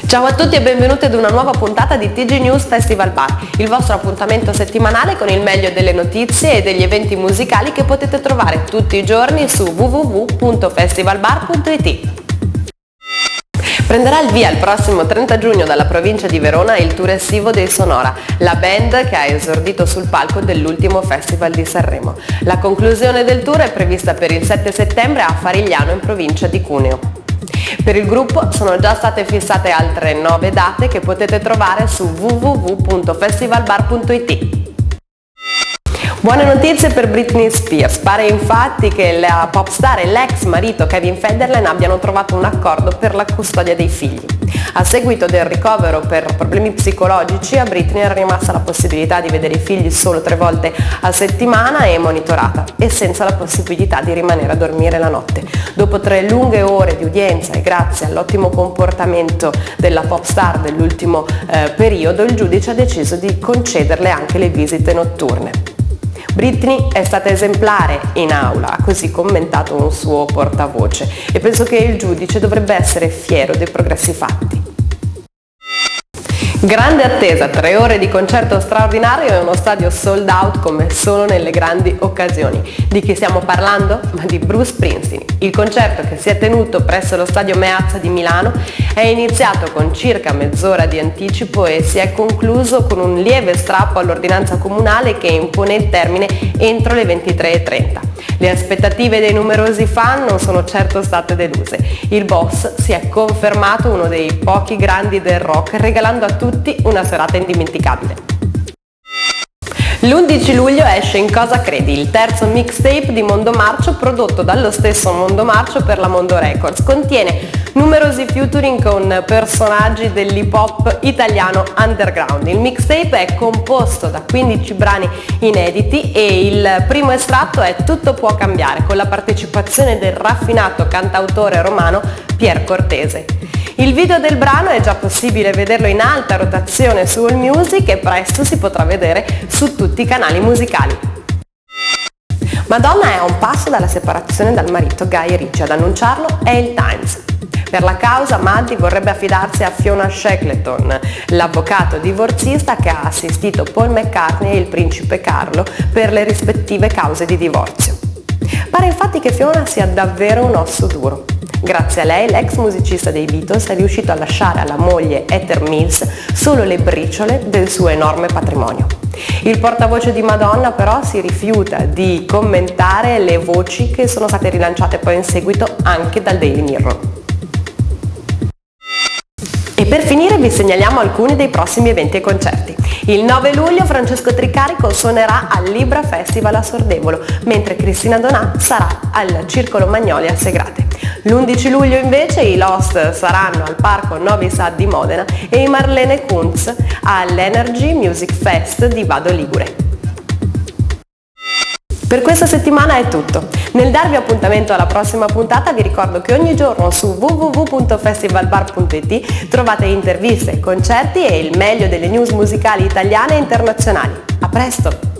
Ciao a tutti e benvenuti ad una nuova puntata di TG News Festival Bar, il vostro appuntamento settimanale con il meglio delle notizie e degli eventi musicali che potete trovare tutti i giorni su www.festivalbar.it. Prenderà il via il prossimo 30 giugno dalla provincia di Verona il tour estivo dei Sonora, la band che ha esordito sul palco dell'ultimo Festival di Sanremo. La conclusione del tour è prevista per il 7 settembre a Farigliano in provincia di Cuneo. Per il gruppo sono già state fissate altre 9 date che potete trovare su www.festivalbar.it. Buone notizie per Britney Spears. Pare infatti che la popstar e l'ex marito Kevin Federline abbiano trovato un accordo per la custodia dei figli. A seguito del ricovero per problemi psicologici, a Britney era rimasta la possibilità di vedere i figli solo 3 volte a settimana e monitorata, e senza la possibilità di rimanere a dormire la notte. Dopo 3 lunghe ore di udienza e grazie all'ottimo comportamento della popstar dell'ultimo periodo, il giudice ha deciso di concederle anche le visite notturne. Britney è stata esemplare in aula, ha così commentato un suo portavoce, e penso che il giudice dovrebbe essere fiero dei progressi fatti. Grande attesa, 3 ore di concerto straordinario e uno stadio sold out come solo nelle grandi occasioni. Di chi stiamo parlando? Ma di Bruce Springsteen. Il concerto, che si è tenuto presso lo stadio Meazza di Milano, è iniziato con circa mezz'ora di anticipo e si è concluso con un lieve strappo all'ordinanza comunale che impone il termine entro le 23:30. Le aspettative dei numerosi fan non sono certo state deluse. Il boss si è confermato uno dei pochi grandi del rock, regalando a tutti una serata indimenticabile. L'11 luglio esce In Cosa Credi, il terzo mixtape di Mondo Marcio prodotto dallo stesso Mondo Marcio per la Mondo Records. Contiene numerosi featuring con personaggi dell'hip hop italiano underground. Il mixtape è composto da 15 brani inediti e il primo estratto è Tutto può cambiare, con la partecipazione del raffinato cantautore romano Pier Cortese. Il video del brano è già possibile vederlo in alta rotazione su AllMusic e presto si potrà vedere su tutti i canali musicali. Madonna è a un passo dalla separazione dal marito Guy Ritchie, ad annunciarlo è il Times. Per la causa Maddie vorrebbe affidarsi a Fiona Shackleton, l'avvocato divorzista che ha assistito Paul McCartney e il principe Carlo per le rispettive cause di divorzio. Pare infatti che Fiona sia davvero un osso duro. Grazie a lei l'ex musicista dei Beatles è riuscito a lasciare alla moglie Ethel Mills solo le briciole del suo enorme patrimonio. Il portavoce di Madonna però si rifiuta di commentare le voci che sono state rilanciate poi in seguito anche dal Daily Mirror. E per finire vi segnaliamo alcuni dei prossimi eventi e concerti. Il 9 luglio Francesco Tricarico suonerà al Libra Festival a Sordevolo, mentre Cristina Donà sarà al Circolo Magnoli a Segrate. L'11 luglio invece i Lost saranno al Parco Novi Sad di Modena e i Marlene Kunz all'Energy Music Fest di Vado Ligure. Per questa settimana è tutto. Nel darvi appuntamento alla prossima puntata vi ricordo che ogni giorno su www.festivalbar.it trovate interviste, concerti e il meglio delle news musicali italiane e internazionali. A presto!